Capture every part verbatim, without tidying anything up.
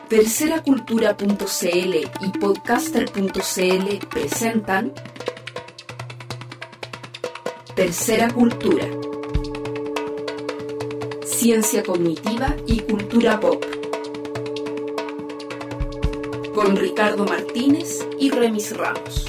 Tercera Cultura punto c l y Podcaster punto c l presentan Tercera Cultura, ciencia cognitiva y cultura pop, con Ricardo Martínez y Remis Ramos.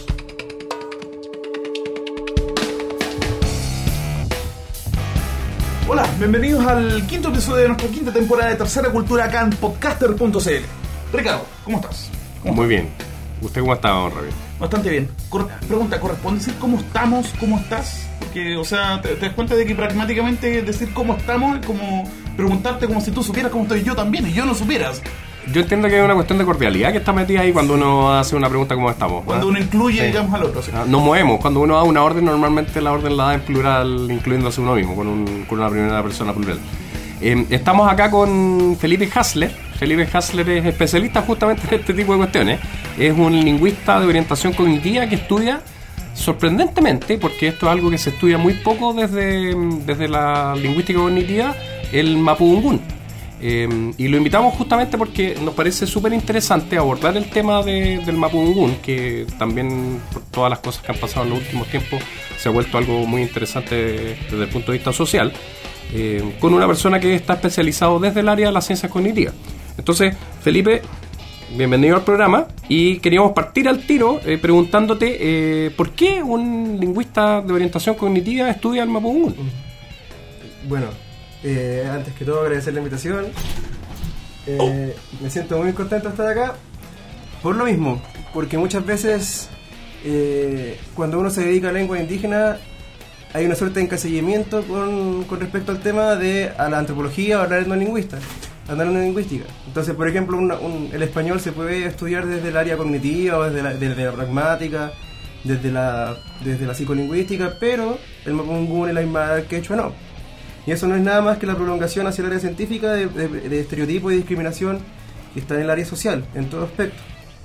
Hola, bienvenidos al quinto episodio de nuestra quinta temporada de Tercera Cultura acá en Podcaster punto c l. Ricardo, ¿cómo estás? ¿Cómo Muy estás? bien. ¿Usted cómo está, don Ravi? Bastante bien. Cor- pregunta, ¿corresponde decir cómo estamos, cómo estás? Porque, o sea, te, te das cuenta de que pragmáticamente decir cómo estamos es como preguntarte como si tú supieras cómo estoy yo también y yo no supieras. Yo entiendo que es una cuestión de cordialidad que está metida ahí cuando uno hace una pregunta ¿cómo estamos? Cuando ¿Ah? uno incluye, Sí. digamos, al otro. ¿Sí? Ah, Nos movemos. Cuando uno da una orden, normalmente la orden la da en plural, incluyéndose uno mismo, con, un, con una primera persona plural. Eh, estamos acá con Felipe Hassler. Felipe Hassler es especialista justamente en este tipo de cuestiones. Es un lingüista de orientación cognitiva que estudia, sorprendentemente, porque esto es algo que se estudia muy poco desde, desde la lingüística cognitiva, el mapudungún. Eh, y lo invitamos justamente porque nos parece súper interesante abordar el tema de, del mapudungún, que también por todas las cosas que han pasado en los últimos tiempos se ha vuelto algo muy interesante desde el punto de vista social, eh, con una persona que está especializado desde el área de las ciencias cognitivas. Entonces, Felipe, bienvenido al programa y queríamos partir al tiro eh, preguntándote eh, ¿por qué un lingüista de orientación cognitiva estudia el mapudungún? Bueno, eh, antes que todo agradecer la invitación. eh, Me siento muy contento de estar acá. Por lo mismo, porque muchas veces eh, cuando uno se dedica a lengua indígena hay una suerte de encasillamiento con, con respecto al tema de a la antropología o a la etnolingüista, a la etnolingüística. Entonces, por ejemplo, una, un, el español se puede estudiar desde el área cognitiva o desde la, desde la pragmática, desde la, desde la psicolingüística, pero el mapudungún, el aymara, el quechua no. Y eso no es nada más que la prolongación hacia el área científica de, de, de estereotipo y discriminación que está en el área social, en todo aspecto.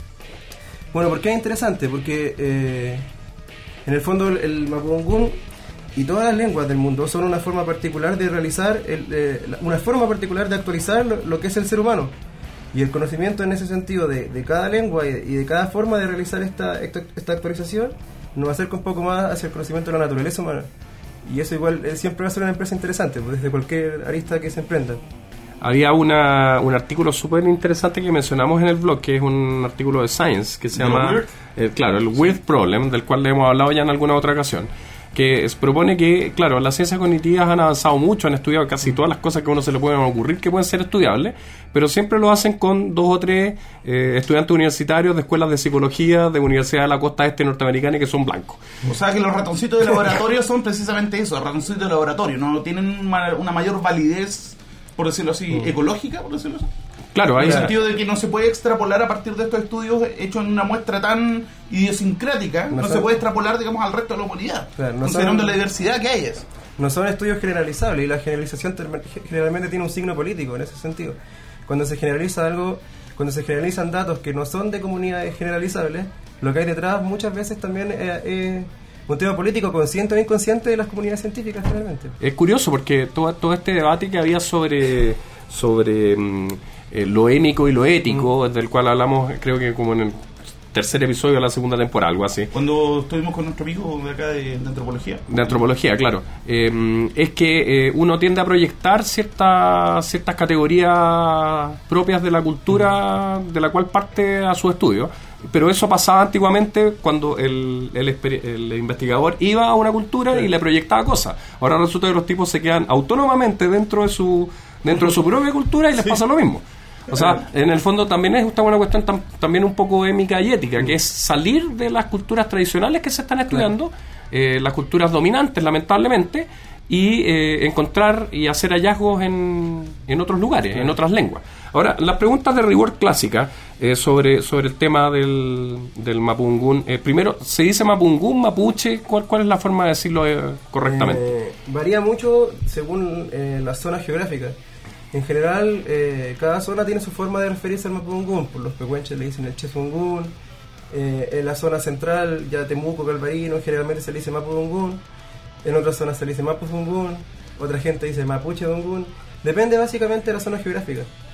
Bueno, ¿por qué es interesante? Porque eh, en el fondo el, el mapudungún y todas las lenguas del mundo son una forma particular de realizar, el, eh, una forma particular de actualizar lo, lo que es el ser humano. Y el conocimiento en ese sentido de, de cada lengua y de, y de cada forma de realizar esta, esta, esta actualización nos acerca un poco más hacia el conocimiento de la naturaleza humana. Y eso igual eh, siempre va a ser una empresa interesante, pues, desde cualquier arista que se emprenda. Había una, un artículo súper interesante que mencionamos en el blog, que es un artículo de Science, que se ¿De llama, Weird? eh, claro, el Weird Problem, del cual le hemos hablado ya en alguna otra ocasión, que es, propone que, claro, las ciencias cognitivas han avanzado mucho, han estudiado casi todas las cosas que a uno se le pueden ocurrir que pueden ser estudiables, pero siempre lo hacen con dos o tres eh, estudiantes universitarios de escuelas de psicología de universidades de la costa este norteamericana que son blancos. O sea que los ratoncitos de laboratorio son precisamente eso, ratoncitos de laboratorio, no tienen una, una mayor validez, por decirlo así, mm. ecológica, por decirlo así. Claro, hay en el sentido de que no se puede extrapolar a partir de estos estudios hechos en una muestra tan idiosincrática, no, no se puede extrapolar, digamos, al resto de la humanidad, claro, no considerando son, la diversidad que hay. Es. No son estudios generalizables y la generalización generalmente tiene un signo político en ese sentido. Cuando se generaliza algo, cuando se generalizan datos que no son de comunidades generalizables, lo que hay detrás muchas veces también es... es un tema político consciente o inconsciente de las comunidades científicas, realmente. Es curioso porque todo, todo este debate que había sobre sobre mm, eh, lo émico y lo ético, mm. del cual hablamos creo que como en el tercer episodio de la segunda temporada, algo así. Cuando estuvimos con nuestro amigo de acá de, de antropología. De antropología, claro. Eh, es que eh, uno tiende a proyectar ciertas ciertas categorías propias de la cultura de la cual parte a su estudio. Pero eso pasaba antiguamente cuando el, el, el investigador iba a una cultura y le proyectaba cosas. Ahora resulta que los tipos se quedan autónomamente dentro de su dentro de su propia cultura y les sí. pasa lo mismo. O sea, en el fondo también es una cuestión tam, también un poco émica y ética, que es salir de las culturas tradicionales que se están estudiando, eh, las culturas dominantes, lamentablemente, y eh, encontrar y hacer hallazgos en, en otros lugares, en otras lenguas. Ahora, las preguntas de rigor clásica eh, sobre, sobre el tema del, del mapudungún. Eh, primero, ¿se dice mapudungún, mapuche? ¿Cuál, cuál es la forma de decirlo eh, correctamente? Eh, varía mucho según eh, la zona geográfica. En general, eh, cada zona tiene su forma de referirse al mapudungún. Por los pehuenches le dicen el chezungún. Eh, en la zona central, ya Temuco, Calvarino, generalmente se le dice mapudungún. En otras zonas se le dice mapudungún. Otra gente dice mapuche dungún. Depende básicamente de la zona geográfica.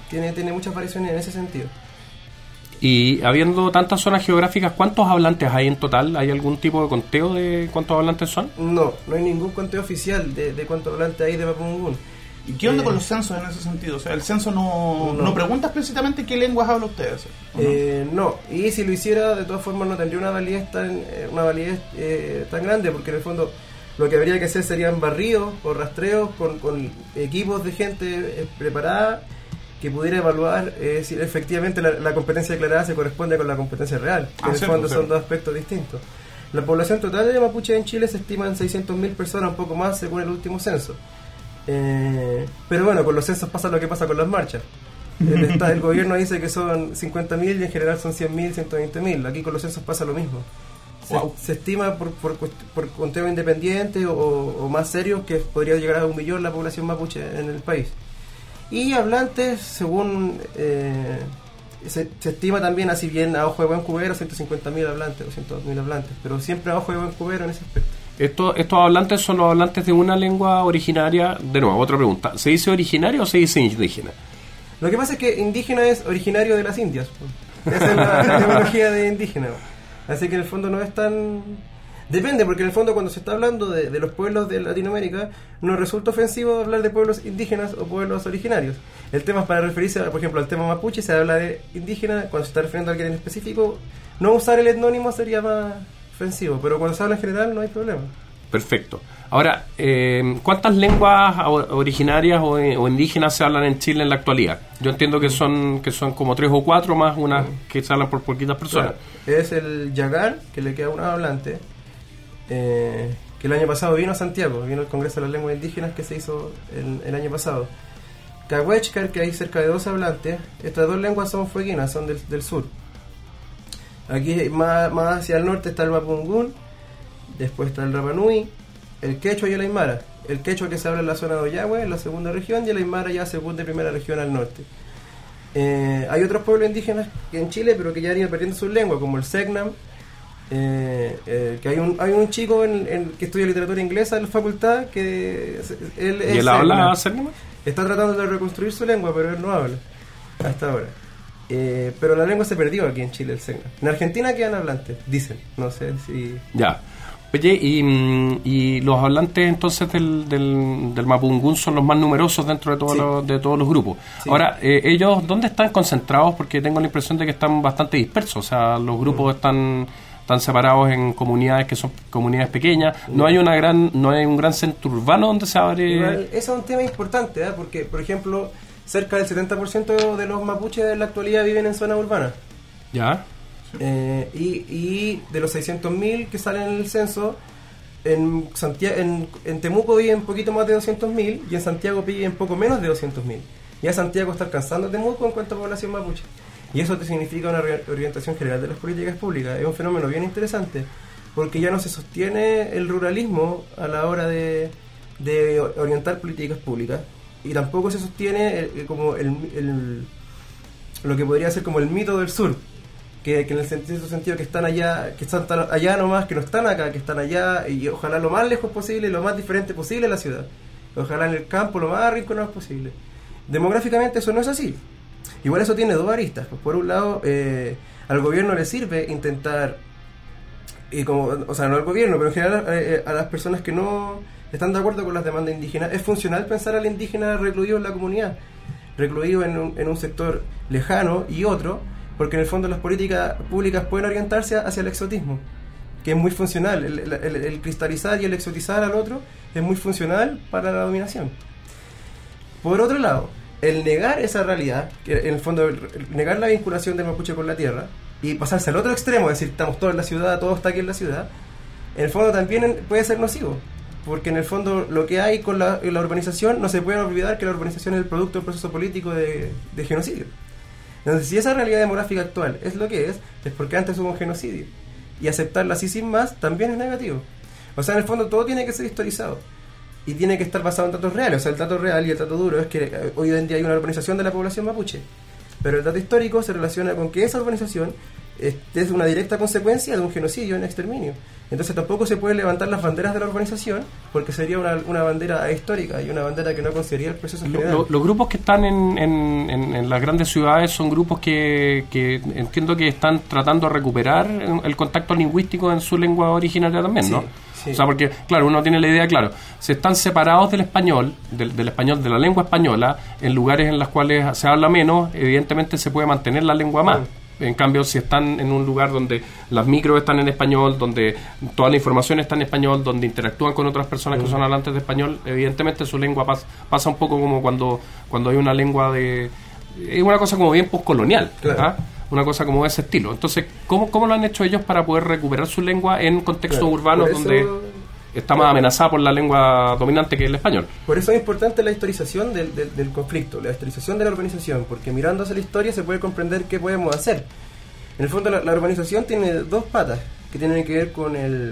tiene, tiene muchas variaciones en ese sentido. Y habiendo tantas zonas geográficas, ¿cuántos hablantes hay en total? ¿Hay algún tipo de conteo de cuántos hablantes son? No, no hay ningún conteo oficial de, de cuántos hablantes hay de Mapudungun. ¿Y qué onda eh, con los censos en ese sentido? O sea, el censo no, no. no pregunta explícitamente qué lenguas habla ustedes. ¿O no? Eh, no, y si lo hiciera, de todas formas no tendría una validez tan, eh, una validez, eh, tan grande, porque en el fondo lo que habría que hacer serían barridos o rastreos con, con equipos de gente eh, preparada que pudiera evaluar eh, si efectivamente la, la competencia declarada se corresponde con la competencia real, que Ah, en el cierto, fondo cierto. son dos aspectos distintos. La población total de mapuche en Chile se estima en seiscientas mil personas, un poco más según el último censo. Eh, pero bueno, con los censos pasa lo que pasa con las marchas. El, estado, el gobierno dice que son cincuenta mil y en general son cien mil, ciento veinte mil. Aquí con los censos pasa lo mismo. Se, Wow. se estima por, por, por conteo independiente o, o más serio que podría llegar a un millón la población mapuche en el país. Y hablantes, según eh, se, se estima también, así bien a ojo de buen cubero, ciento cincuenta mil hablantes, doscientos mil hablantes, pero siempre a ojo de buen cubero en ese aspecto. Estos, estos hablantes son los hablantes de una lengua originaria. De nuevo, otra pregunta. ¿Se dice originario o se dice indígena? Lo que pasa es que indígena es originario de las Indias. Pues. Esa es la, la etimología de indígena. Así que en el fondo no es tan... Depende, porque en el fondo cuando se está hablando de, de los pueblos de Latinoamérica, no resulta ofensivo hablar de pueblos indígenas o pueblos originarios. El tema es para referirse, por ejemplo, al tema mapuche, se habla de indígena, cuando se está refiriendo a alguien en específico, no usar el etnónimo sería más ofensivo, pero cuando se habla en general no hay problema. Perfecto. Ahora, eh, ¿cuántas lenguas o- originarias o, o indígenas se hablan en Chile en la actualidad? Yo entiendo que son que son como tres o cuatro más unas que se hablan por poquitas personas. Claro, es el Yagar, que le queda un hablante, eh, que el año pasado vino a Santiago, vino al Congreso de las Lenguas Indígenas que se hizo el, el año pasado. Cahuechcar, que hay cerca de doce hablantes. Estas dos lenguas son fueguinas, son del, del sur. Aquí más, más hacia el norte está el Mapudungun, después está el Rapa Nui, el Quechua y el Aymara. El Quechua que se habla en la zona de Ollagüe, en la segunda región, y el Aymara ya segunda y primera región al norte. Eh, hay otros pueblos indígenas en Chile, pero que ya han ido perdiendo su lengua, como el Segnam, eh, eh, que hay un hay un chico en, en, que estudia literatura inglesa en la facultad, que es- él es ¿Y él habla Segnam. Segnam? Está tratando de reconstruir su lengua, pero él no habla hasta ahora. Eh, pero la lengua se perdió aquí en Chile, el Segnam. En Argentina quedan hablantes, dicen. No sé si... Ya. Oye, y, mm, y los hablantes entonces del, del, del Mapudungun son los más numerosos dentro de todos, Sí. los, de todos los grupos. Sí. Ahora, eh, ¿ellos dónde están concentrados? Porque tengo la impresión de que están bastante dispersos. O sea, los grupos están, están separados en comunidades que son comunidades pequeñas. No hay una gran no hay un gran centro urbano donde se abre... Igual, eso es un tema importante, ¿eh? Porque, por ejemplo, cerca del setenta por ciento de los mapuches en la actualidad viven en zonas urbanas. ¿Ya? Eh, y, y de los seiscientos mil que salen en el censo, en, Santiago, en, en Temuco viven un poquito más de doscientos mil y en Santiago viven poco menos de doscientos mil. Ya Santiago está alcanzando a Temuco en cuanto a población mapuche. Y eso te significa una reorientación general de las políticas públicas. Es un fenómeno bien interesante, porque ya no se sostiene el ruralismo a la hora de, de orientar políticas públicas, y tampoco se sostiene el- el- como el, el- lo que podría ser como el mito del sur, que, que en el sentido, sentido que están allá, que están tan allá nomás, que no están acá, que están allá, y ojalá lo más lejos posible, lo más diferente posible de la ciudad. Ojalá en el campo lo más arrinconado posible. Demográficamente eso no es así. Igual eso tiene dos aristas. Pues por un lado, eh, al gobierno le sirve intentar, y como, o sea, no al gobierno, pero en general eh, a las personas que no están de acuerdo con las demandas indígenas, es funcional pensar al indígena recluido en la comunidad, recluido en un, en un sector lejano y otro, porque en el fondo las políticas públicas pueden orientarse hacia el exotismo, que es muy funcional. El, el, el- el cristalizar y el exotizar al otro es muy funcional para la dominación. Por otro lado, el negar esa realidad, que en el fondo el- el negar la vinculación del mapuche con la tierra y pasarse al otro extremo, es decir, estamos todos en la ciudad, todo está aquí en la ciudad, en el fondo también en- puede ser nocivo, porque en el fondo lo que hay con la, la urbanización, no se puede olvidar que la urbanización es el producto del proceso político de, de genocidio. Entonces, si esa realidad demográfica actual es lo que es, es porque antes hubo un genocidio, y aceptarla así sin más también es negativo. O sea, en el fondo todo tiene que ser historizado y tiene que estar basado en datos reales. O sea, el dato real y el dato duro es que eh, hoy en día hay una urbanización de la población mapuche, pero el dato histórico se relaciona con que esa urbanización es, es una directa consecuencia de un genocidio, un exterminio. Entonces tampoco se pueden levantar las banderas de la urbanización, porque sería una, una bandera histórica y una bandera que no consideraría el proceso Lo, general. lo, los grupos que están en, en, en, en las grandes ciudades son grupos que, que entiendo que están tratando de recuperar el contacto lingüístico en su lengua originaria también, Sí, ¿no? sí. O sea, porque, claro, uno tiene la idea, claro, se están separados del español, del, del español, de la lengua española, en lugares en los cuales se habla menos, evidentemente se puede mantener la lengua más. Mm. En cambio, si están en un lugar donde las micros están en español, donde toda la información está en español, donde interactúan con otras personas mm. que son hablantes de español, evidentemente su lengua pas, pasa un poco como cuando, cuando hay una lengua de... Es una cosa como bien postcolonial, claro. ¿ah? Una cosa como de ese estilo. Entonces, ¿cómo, ¿cómo lo han hecho ellos para poder recuperar su lengua en contextos Claro, urbanos por eso- donde está más amenazada por la lengua dominante que es el español? Por eso es importante la historización del, del, del conflicto, la historización de la urbanización, porque mirando hacia la historia se puede comprender qué podemos hacer. En el fondo la, la urbanización tiene dos patas que tienen que ver con el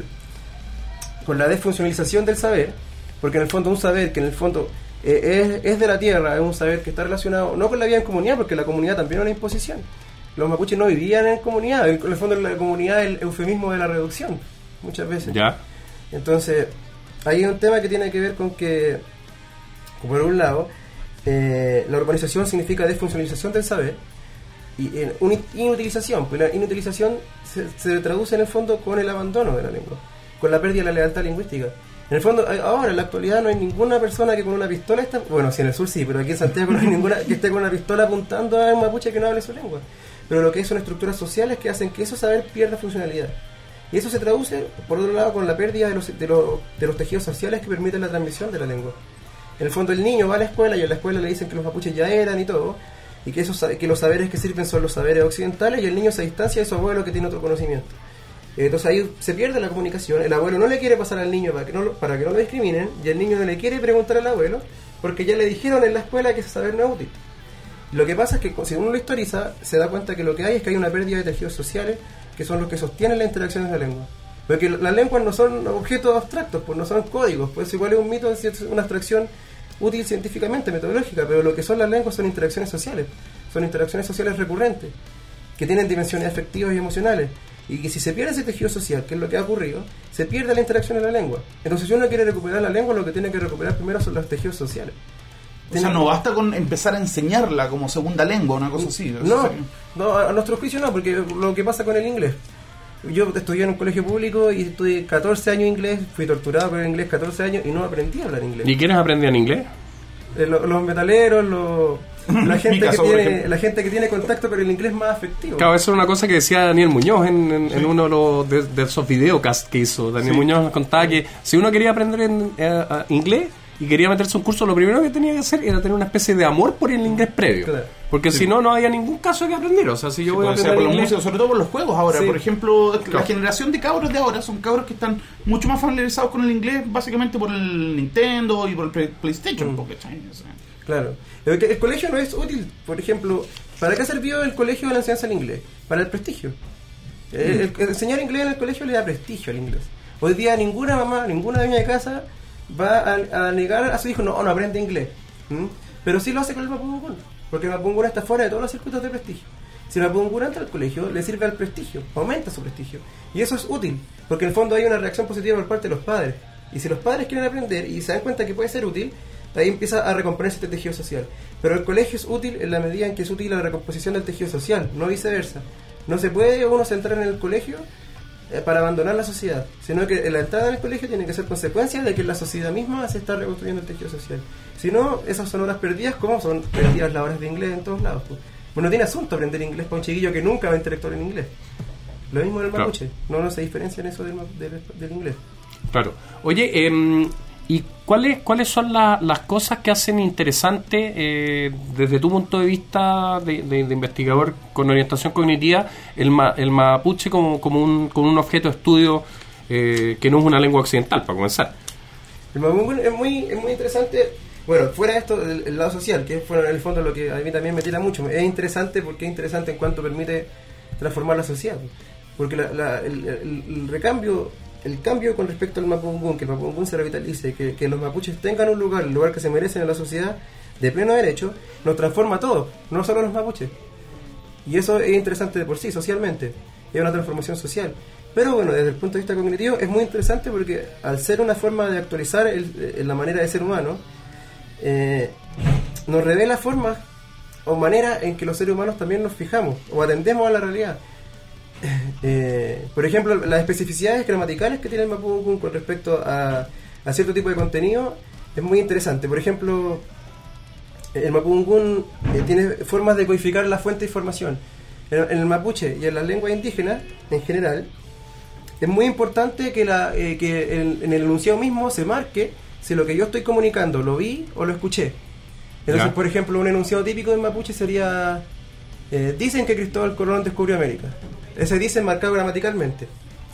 con la desfuncionalización del saber, porque en el fondo un saber que en el fondo eh, es, es de la tierra, es un saber que está relacionado no con la vida en comunidad, porque la comunidad también es una imposición. Los mapuches no vivían en comunidad, en el fondo la comunidad es el eufemismo de la reducción, muchas veces. ¿Ya? Entonces, hay un tema que tiene que ver con que, por un lado, eh, la urbanización significa desfuncionalización del saber y eh, un- inutilización, pues la inutilización se, se traduce en el fondo con el abandono de la lengua, con la pérdida de la lealtad lingüística. En el fondo, hay- ahora en la actualidad no hay ninguna persona que con una pistola está, bueno, sí en el sur sí, pero aquí en Santiago no hay ninguna que esté con una pistola apuntando a un mapuche que no hable su lengua. Pero lo que hay son estructuras sociales que hacen que eso saber pierda funcionalidad. Y eso se traduce, por otro lado, con la pérdida de los, de, los, de los tejidos sociales que permiten la transmisión de la lengua. En el fondo, el niño va a la escuela y en la escuela le dicen que los mapuches ya eran y todo, y que, esos, que los saberes que sirven son los saberes occidentales, y el niño se distancia de su abuelo que tiene otro conocimiento. Entonces ahí se pierde la comunicación, el abuelo no le quiere pasar al niño para que no lo, para que no lo discriminen, y el niño no le quiere preguntar al abuelo, porque ya le dijeron en la escuela que ese saber no es útil. Lo que pasa es que si uno lo historiza, se da cuenta que lo que hay es que hay una pérdida de tejidos sociales que son los que sostienen las interacciones de la lengua. Porque las lenguas no son objetos abstractos, pues no son códigos, pues igual es un mito, es una abstracción útil científicamente, metodológica, pero lo que son las lenguas son interacciones sociales, son interacciones sociales recurrentes, que tienen dimensiones afectivas y emocionales, y que si se pierde ese tejido social, que es lo que ha ocurrido, se pierde la interacción en la lengua. Entonces si uno quiere recuperar la lengua, lo que tiene que recuperar primero son los tejidos sociales. O sea, no basta con empezar a enseñarla como segunda lengua, una cosa así. Eso No, sería- no, a nuestro juicio no, porque lo que pasa con el inglés. Yo estudié en un colegio público y estudié catorce años inglés, fui torturado por el inglés catorce años y no aprendí a hablar inglés. ¿Y quiénes aprendían inglés? Eh, lo- los metaleros, los, la, gente que caso, por tiene, ejemplo. la gente que tiene contacto con el inglés más afectivo. Claro, eso es una cosa que decía Daniel Muñoz en, en, en uno de, los, de, de esos videocasts que hizo. Daniel Sí. Muñoz nos contaba que si uno quería aprender en, eh, eh, inglés y quería meterse a un curso, lo primero que tenía que hacer era tener una especie de amor por el inglés previo. Claro. Porque Sí. si no, no había ningún caso que aprender. O sea, si yo voy a Puede ser aprender por los inglés... músicos, sobre todo por los juegos ahora. Sí. Por ejemplo, la Claro. generación de cabros de ahora son cabros que están mucho más familiarizados con el inglés, básicamente por el Nintendo y por el Play- PlayStation. Mm. Porque, ¿cachai? O sea, Claro. El, el colegio no es útil, por ejemplo, ¿para qué sirvió el colegio de la enseñanza del inglés? Para el prestigio. El, el- el enseñar inglés en el colegio le da prestigio al inglés. Hoy día ninguna mamá, ninguna dueña de casa va a, a negar a su hijo, no, no aprende inglés. ¿Mm? Pero sí lo hace con el Mapudungun, porque el Mapudungun está fuera de todos los circuitos de prestigio. Si el Mapudungun entra al colegio, le sirve al prestigio, aumenta su prestigio. Y eso es útil, porque en el fondo hay una reacción positiva por parte de los padres. Y si los padres quieren aprender y se dan cuenta que puede ser útil, ahí empieza a recomponerse este tejido social. Pero el colegio es útil en la medida en que es útil a la recomposición del tejido social, no viceversa. No se puede uno centrar en el colegio eh, para abandonar la sociedad, sino que la entrada en el colegio tiene que ser consecuencia de que la sociedad misma se está reconstruyendo el tejido social. Si no, esas son horas perdidas, como son perdidas las horas de inglés en todos lados. Pues. Bueno, no tiene asunto aprender inglés para un chiquillo que nunca va a interactuar en inglés. Lo mismo del Claro. mapuche, no, no se diferencia en eso del, ma- del, del inglés. Claro. Oye, eh, ¿y cuáles cuáles son la- las cosas que hacen interesante eh, desde tu punto de vista de, de- de investigador con orientación cognitiva el, ma- el mapuche como, como, un, como un objeto de estudio eh, que no es una lengua occidental, para comenzar? El Mapudungun es muy, es muy interesante. Bueno, fuera de esto, el, el lado social, que fue en el fondo lo que a mí también me tira mucho. Es interesante porque es interesante en cuanto permite transformar la sociedad. Porque la, la- el, el- el recambio, el cambio con respecto al Mapudungun, que el Mapudungun se revitalice, que, que los mapuches tengan un lugar, el lugar que se merecen en la sociedad, de pleno derecho, nos transforma a todos, no solo a los mapuches. Y eso es interesante de por sí, socialmente. Es una transformación social. Pero bueno, desde el punto de vista cognitivo es muy interesante porque al ser una forma de actualizar el, el, la manera de ser humano, eh, nos revela formas o maneras en que los seres humanos también nos fijamos o atendemos a la realidad. Eh, por ejemplo, las especificidades gramaticales que tiene el Mapudungun con respecto a, a cierto tipo de contenido es muy interesante. Por ejemplo, el Mapudungun eh, tiene formas de codificar la fuente de información. En, en el mapuche y en las lenguas indígenas en general es muy importante que, la, eh, que en, en el enunciado mismo se marque si lo que yo estoy comunicando lo vi o lo escuché. Entonces, Ya. por ejemplo, un enunciado típico del mapuche sería eh, dicen que Cristóbal Colón descubrió América. Ese dicen marcado gramaticalmente.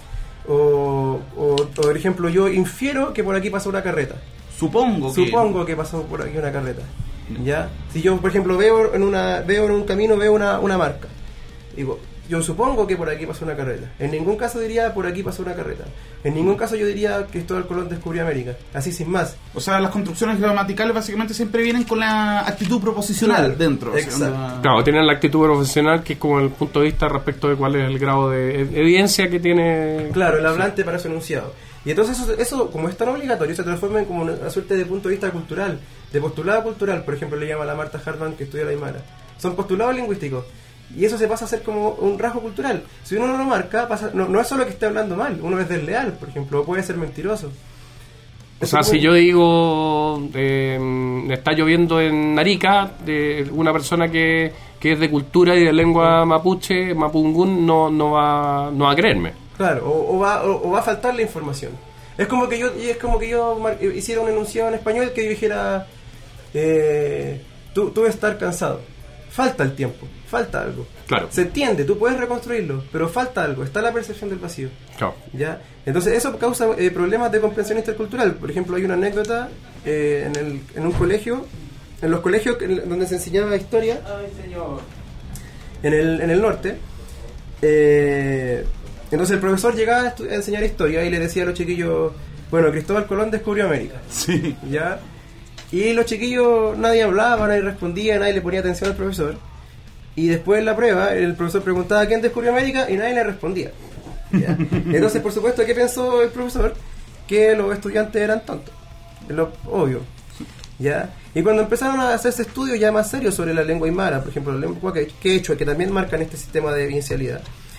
O, o, o, por ejemplo, yo infiero que por aquí pasó una carreta. Supongo que... Supongo que pasó por aquí una carreta. ¿Ya? Si yo, por ejemplo, veo en una veo en un camino, veo una, una marca. Digo, yo supongo que por aquí pasó una carreta. En ningún caso diría por aquí pasó una carreta. En ningún caso yo diría que Cristóbal Colón descubrió América. Así sin más. O sea, las construcciones gramaticales básicamente siempre vienen con la actitud proposicional Claro, dentro. o sea, exacto. onda- Claro, tienen la actitud profesional, que es como el punto de vista respecto de cuál es el grado de ev- evidencia que tiene. Claro, el hablante para su enunciado. Y entonces eso, eso, como es tan obligatorio, se transforma en como una suerte de punto de vista cultural, de postulado cultural, por ejemplo, le llama a la Marta Hartman que estudia la Aymara. Son postulados lingüísticos. Y eso se pasa a ser como un rasgo cultural. Si uno no lo marca, pasa, no, no es solo que esté hablando mal, uno es desleal, por ejemplo, o puede ser mentiroso. O sea, si yo digo, eh, está lloviendo en Arica, de una persona que, que es de cultura y de lengua mapuche, mapudungun, no, no, va, no va a creerme. Claro, o, o, va, o, o va a faltar la información. Es como que yo y es como que yo mar- hiciera un enunciado en español que yo dijera, eh, tú, tú debes estar cansado. Falta el tiempo, falta algo. Claro. Se entiende, tú puedes reconstruirlo, pero falta algo, está la percepción del vacío. Claro. ¿Ya? Entonces eso causa eh, problemas de comprensión intercultural. Por ejemplo, hay una anécdota eh, en, el, en un colegio, en los colegios que- donde se enseñaba historia, en el, en el norte. Eh, entonces el profesor llegaba a, estu- a enseñar historia y le decía a los chiquillos, bueno, Cristóbal Colón descubrió América. Sí. ¿Ya? Y los chiquillos, nadie hablaba, nadie respondía, nadie le ponía atención al profesor. Y después en la prueba, el profesor preguntaba quién descubrió América y nadie le respondía. ¿Ya? Entonces, por supuesto, ¿qué pensó el profesor? Que los estudiantes eran tontos. Es lo obvio. ¿Ya? Y cuando empezaron a hacerse estudios ya más serios sobre la lengua aymara, por ejemplo, la lengua que- quechua, que también marcan este sistema de evidencialidad,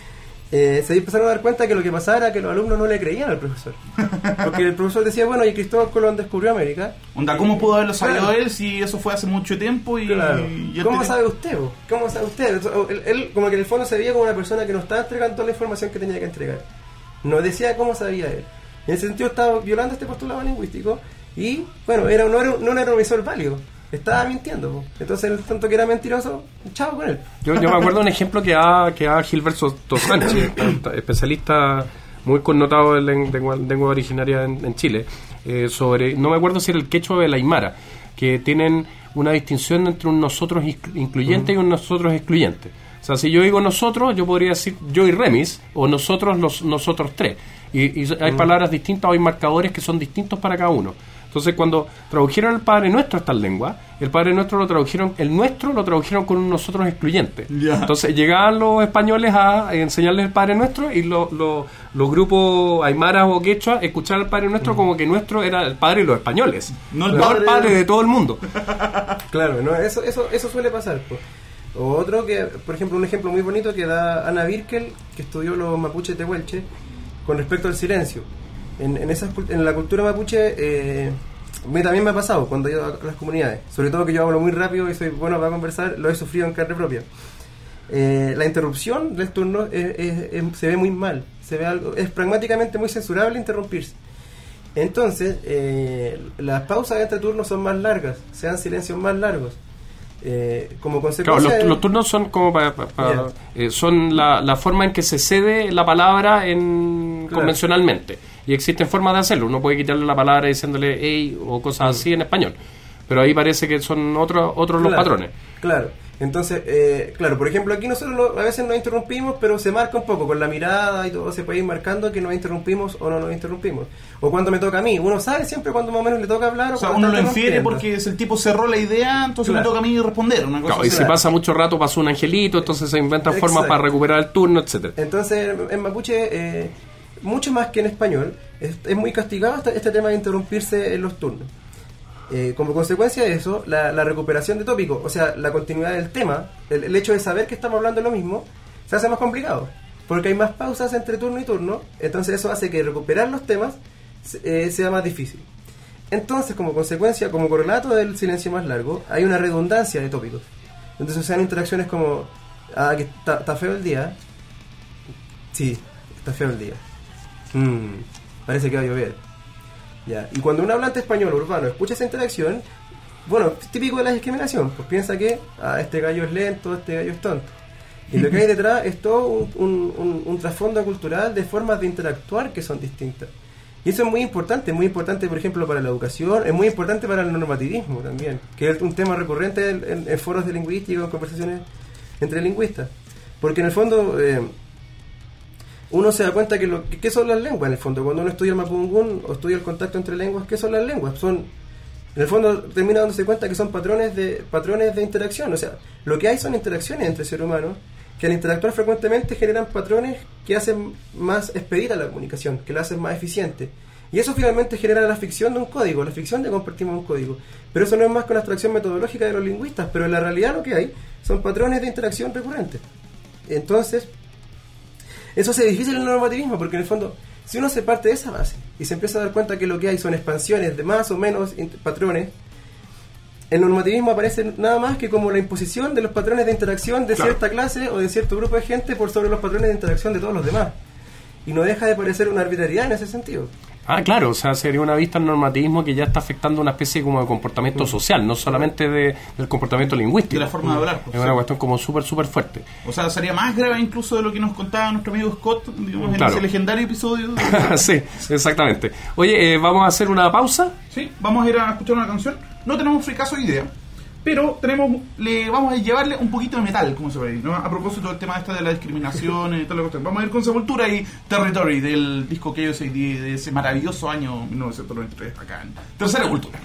eh, se empezaron a dar cuenta que lo que pasaba era que los alumnos no le creían al profesor. Porque el profesor decía, bueno, y Cristóbal Colón descubrió América. Onda, ¿cómo pudo haberlo sabido Claro. él si eso fue hace mucho tiempo? Y, Claro. y él ¿Cómo tenía- sabe usted? Bo? ¿Cómo sabe usted? Él, él como que en el fondo se veía como una persona que no estaba entregando toda la información que tenía que entregar. No decía cómo sabía él. En ese sentido estaba violando este postulado lingüístico y, bueno, era, no, era, no era un emisor válido. Estaba mintiendo. Bo. Entonces, el tanto que era mentiroso, chao con él. Yo, yo me acuerdo de un ejemplo que da, que da Gilberto Sánchez, especialista muy connotado en len- lengua, lengua originaria en, en Chile, eh, sobre, no me acuerdo si era el quechua o el aymara, que tienen una distinción entre un nosotros inclu- incluyente y un nosotros excluyente. O sea, si yo digo nosotros, yo podría decir yo y Remis, o nosotros, los, nosotros tres. Y, y hay palabras distintas, o hay marcadores que son distintos para cada uno. Entonces, cuando tradujeron el Padre Nuestro a estas lenguas, el Padre Nuestro lo tradujeron, el nuestro lo tradujeron con un nosotros excluyente. Ya. Entonces, llegaban los españoles a enseñarles el Padre Nuestro y lo- lo- los grupos aymaras o quechua escuchaban el Padre Nuestro como que nuestro era el Padre de los españoles, No el el padre padre, de- de todo el mundo. Claro, no, eso, eso, eso suele pasar. Po. O otro que, por ejemplo, un ejemplo muy bonito que da Ana Birkel, que estudió los mapuches de Huelche, con respecto al silencio. En, en, esas, cult- en la cultura mapuche, eh, me, también me ha pasado cuando he ido a las comunidades. Sobre todo que yo hablo muy rápido y soy bueno para conversar, lo he sufrido en carne propia. Eh, la interrupción del turno es- es- es- se ve muy mal. Se ve algo, es pragmáticamente muy censurable interrumpirse. Entonces, eh, las pausas entre turnos son más largas, se dan silencios más largos. Eh, como Claro, consecuencia los, de- los turnos son como para, para- para- Ya. eh, son la, la forma en que se cede la palabra en Claro. convencionalmente, y existen formas de hacerlo. Uno puede quitarle la palabra diciéndole hey o cosas así en español, pero ahí parece que son otros otros los Claro, patrones. Claro. Entonces, eh, claro, por ejemplo, aquí nosotros no- a veces nos interrumpimos, pero se marca un poco con la mirada y todo, se puede ir marcando que nos interrumpimos o no nos interrumpimos. O cuando me toca a mí, uno sabe siempre cuando más o menos le toca hablar o, O sea, cuando uno lo está infiere interrumpiendo. porque si el tipo cerró la idea, entonces Claro. me toca a mí responder. Una cosa Claro, y así. si pasa mucho rato pasó un angelito, entonces se inventan formas Exacto. para recuperar el turno, etcétera. Entonces, en Mapuche, eh, mucho más que en español, es, es muy castigado este, este tema de interrumpirse en los turnos. Eh, como consecuencia de eso, la, la recuperación de tópicos, o sea, la continuidad del tema, el, el hecho de saber que estamos hablando de lo mismo, se hace más complicado, porque hay más pausas entre turno y turno, entonces eso hace que recuperar los temas eh, sea más difícil. Entonces, como consecuencia, como correlato del silencio más largo, hay una redundancia de tópicos. Entonces se dan interacciones como, ah, que está, está feo el día. Sí, está feo el día. Mm, parece que va a llover. Ya. Y cuando un hablante español urbano escucha esa interacción, bueno, típico de la discriminación, pues piensa que ah, este gallo es lento, este gallo es tonto. Y lo que hay detrás es todo un, un, un, un trasfondo cultural de formas de interactuar que son distintas. Y eso es muy importante, muy importante, por ejemplo, para la educación, es muy importante para el normativismo también, que es un tema recurrente en, en, en foros de lingüística, en conversaciones entre lingüistas. Porque en el fondo, eh, uno se da cuenta que lo que ¿qué son las lenguas en el fondo? Cuando uno estudia el mapudungún o estudia el contacto entre lenguas, ¿qué son las lenguas? Son, en el fondo, termina dándose cuenta que son patrones de patrones de interacción. O sea, lo que hay son interacciones entre seres humanos que al interactuar frecuentemente generan patrones que hacen más expedita la comunicación, que la hacen más eficiente. Y eso finalmente genera la ficción de un código, la ficción de compartimos un código. Pero eso no es más que una abstracción metodológica de los lingüistas, pero en la realidad lo que hay son patrones de interacción recurrentes. Entonces, eso hace difícil el normativismo, porque en el fondo, si uno se parte de esa base y se empieza a dar cuenta que lo que hay son expansiones de más o menos patrones, el normativismo aparece nada más que como la imposición de los patrones de interacción de claro. cierta clase o de cierto grupo de gente por sobre los patrones de interacción de todos los demás. Y no deja de parecer una arbitrariedad en ese sentido. Ah, claro, o sea, sería una vista al normativismo que ya está afectando una especie como de comportamiento social, no solamente de, del comportamiento lingüístico. De la forma de hablar. Pues, es una sí. cuestión como súper, súper fuerte. O sea, sería más grave incluso de lo que nos contaba nuestro amigo Scott, digamos, claro. en ese legendario episodio. Sí, exactamente. Oye, eh, ¿vamos a hacer una pausa? Sí, vamos a ir a escuchar una canción. No tenemos fricazo de idea, pero tenemos, le vamos a llevarle un poquito de metal, como se ve, ¿no? A propósito del tema esta de la discriminación y toda la cuestión. Vamos a ir con Sepultura y Territory del disco que ellos de, de ese maravilloso año mil novecientos noventa y tres acá en Tercera Cultura.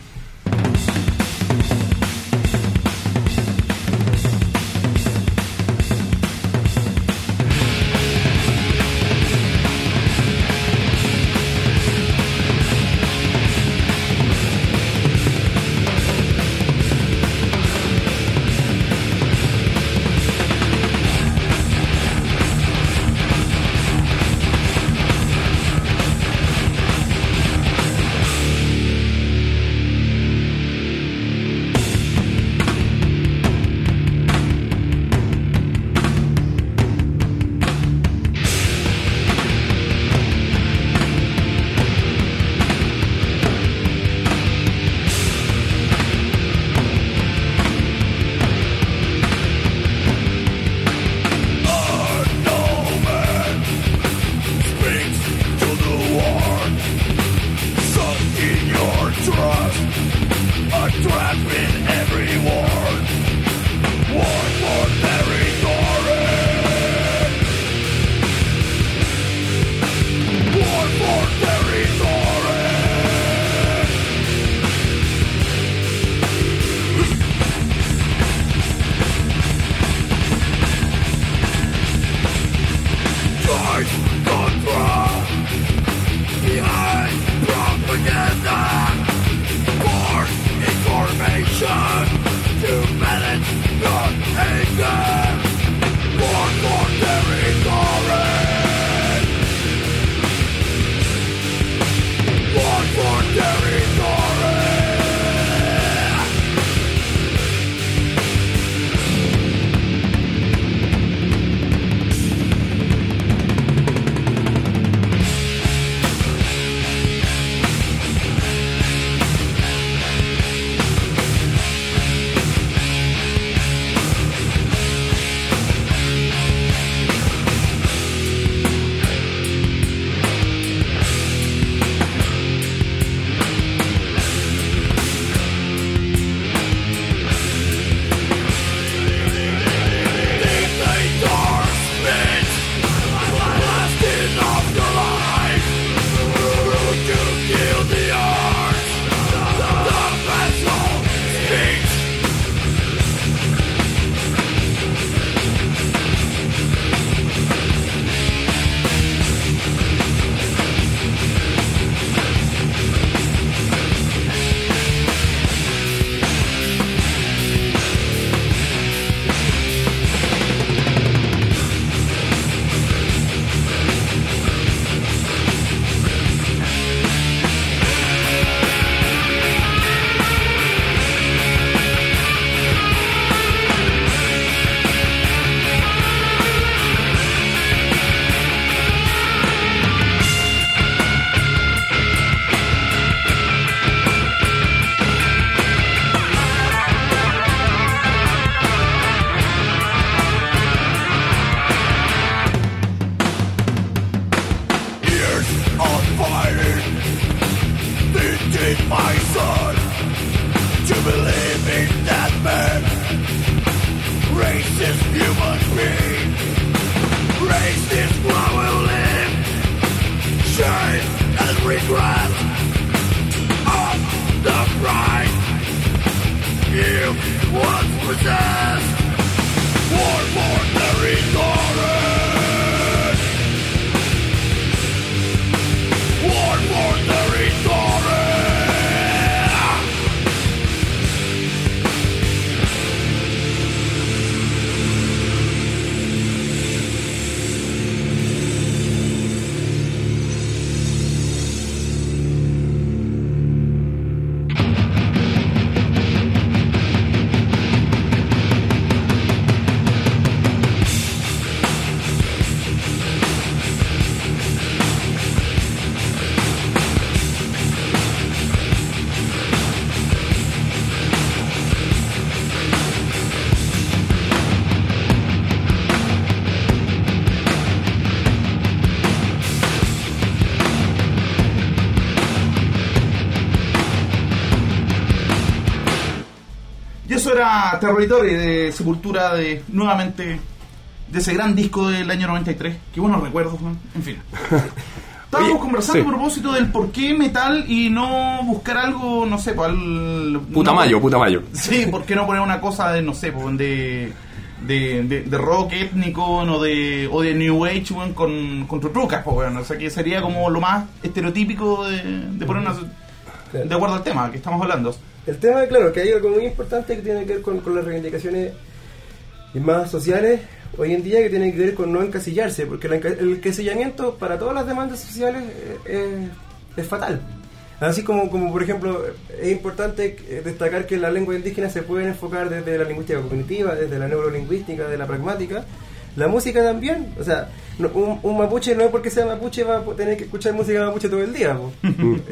Eso era Territory de Sepultura, de nuevamente de ese gran disco del año noventa y tres. Qué buenos recuerdos, ¿no? En fin. Estábamos Oye, conversando sí. a propósito del por qué metal y no buscar algo, no sé, para el... Puta no, mayo, puta mayo. Sí, ¿por qué no poner una cosa de, no sé, pues, de, de, de, de rock étnico o de, o de New Age, bueno, con, con tutrucas, pues, bueno, o sea, que sería como lo más estereotípico de, de ponernos Claro. de acuerdo al tema que estamos hablando. El tema, claro, que hay algo muy importante que tiene que ver con, con las reivindicaciones más sociales hoy en día, que tiene que ver con no encasillarse, porque la enca- el encasillamiento para todas las demandas sociales eh, es, es fatal. Así como, como, por ejemplo, es importante eh, destacar que las lenguas indígenas se pueden enfocar desde la lingüística cognitiva, desde la neurolingüística, de la pragmática. La música también, o sea, no, un, un mapuche no es porque sea mapuche va a tener que escuchar música mapuche todo el día. Po. eh,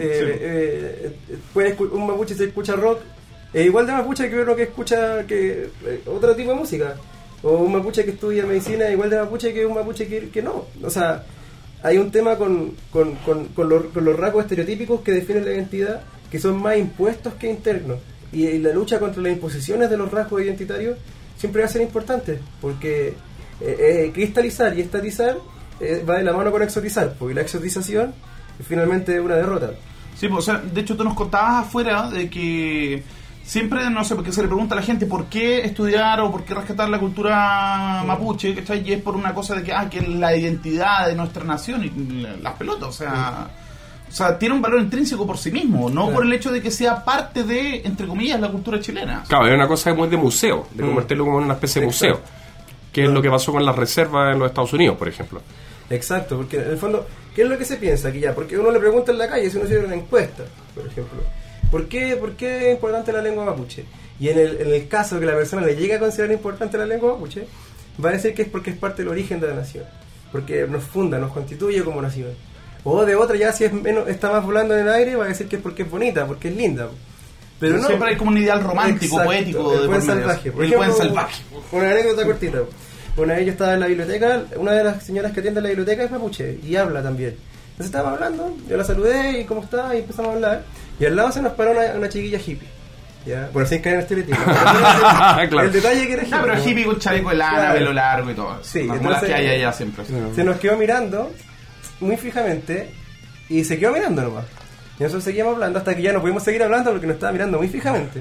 eh, eh, puede escu- un mapuche se escucha rock, es igual de mapuche que uno que escucha que eh, otro tipo de música. O un mapuche que estudia medicina es igual de mapuche que un mapuche que, que no. O sea, hay un tema con, con, con, con, los, con los rasgos estereotípicos que definen la identidad, que son más impuestos que internos. Y, y la lucha contra las imposiciones de los rasgos identitarios siempre va a ser importante, porque eh, eh, cristalizar y estatizar eh, va de la mano con exotizar, porque la exotización es finalmente una derrota. Sí, pues, o sea, de hecho tú nos contabas afuera de que siempre, no sé, porque se le pregunta a la gente por qué estudiar o por qué rescatar la cultura mapuche, ¿cachai? Y es por una cosa de que, ah, que es la identidad de nuestra nación y la- las pelotas, o sea... O sea, tiene un valor intrínseco por sí mismo, no Claro. por el hecho de que sea parte de, entre comillas, la cultura chilena. Claro, es una cosa muy de museo, de Mm. convertirlo como en una especie de museo, Exacto. que es lo que pasó con las reservas en los Estados Unidos, por ejemplo. Exacto, porque en el fondo, ¿qué es lo que se piensa aquí ya? Porque uno le pregunta en la calle, si uno hace una encuesta, por ejemplo, ¿por qué, ¿por qué es importante la lengua mapuche? Y en el, en el caso que la persona le llegue a considerar importante la lengua mapuche, va a decir que es porque es parte del origen de la nación, porque nos funda, nos constituye como nación. O de otra, ya si es menos, está más volando en el aire, va a decir que es porque es bonita, porque es linda. Pero no, Siempre hay como un ideal romántico, exacto, poético. el de buen por medio. salvaje. Por El ejemplo, buen salvaje. Una anécdota cortita. Una vez yo estaba en la biblioteca, una de las señoras que atiende la biblioteca es mapuche y habla también. Entonces estábamos hablando, yo la saludé y cómo está, y empezamos a hablar. Y al lado se nos paró una, una chiquilla hippie. ¿Ya? Bueno, sin caer en estereotipo. Claro. El detalle que era hippie. Ah, pero ¿no? hippie con chaleco de lana, Claro. pelo largo y todo. Sí, Las entonces- molas que hay allá siempre. Se nos quedó mirando muy fijamente y se quedó mirando nomás. Y nosotros seguíamos hablando hasta que ya no pudimos seguir hablando porque nos estaba mirando muy fijamente.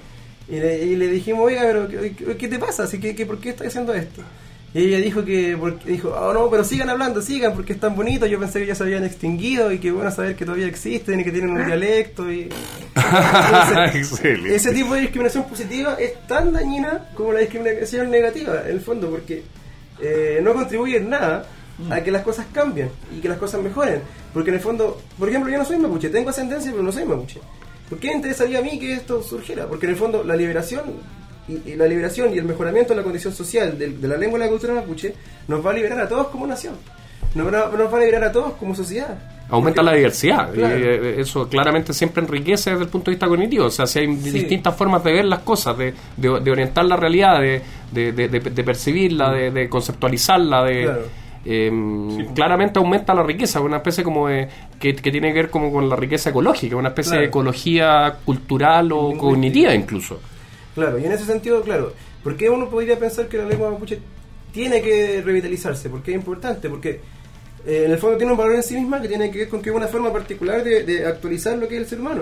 Y le, y le dijimos, oiga, pero ¿qué, qué te pasa? Así que, que, ¿por qué estás haciendo esto? Y ella dijo que, porque, dijo, oh no, pero sigan hablando, sigan, porque es tan bonito. Yo pensé que ya se habían extinguido y que bueno saber que todavía existen y que tienen un dialecto. Y entonces, Excelente. ese tipo de discriminación positiva es tan dañina como la discriminación negativa, en el fondo, porque eh, no contribuye en nada a que las cosas cambien y que las cosas mejoren. Porque en el fondo, por ejemplo, yo no soy mapuche, tengo ascendencia, pero no soy mapuche. ¿Por qué me interesaría a mí que esto surgiera? Porque en el fondo la liberación y, y la liberación y el mejoramiento de la condición social de, de la lengua y la cultura mapuche nos va a liberar a todos como nación, nos va, nos va a liberar a todos como sociedad. Aumenta Porque- la diversidad, Claro. y eh, eso claramente siempre enriquece desde el punto de vista cognitivo. O sea, si hay Sí. distintas formas de ver las cosas, de, de, de orientar la realidad, de, de, de, de- de percibirla, de, de conceptualizarla, de... Claro. eh, claramente aumenta la riqueza, una especie como de, que, que tiene que ver como con la riqueza ecológica, una especie Claro. de ecología cultural o Lingüística. cognitiva incluso. Claro, y en ese sentido, claro, ¿por qué uno podría pensar que la lengua mapuche tiene que revitalizarse? Porque es importante, porque eh, en el fondo tiene un valor en sí misma que tiene que ver con que es una forma particular de, de actualizar lo que es el ser humano.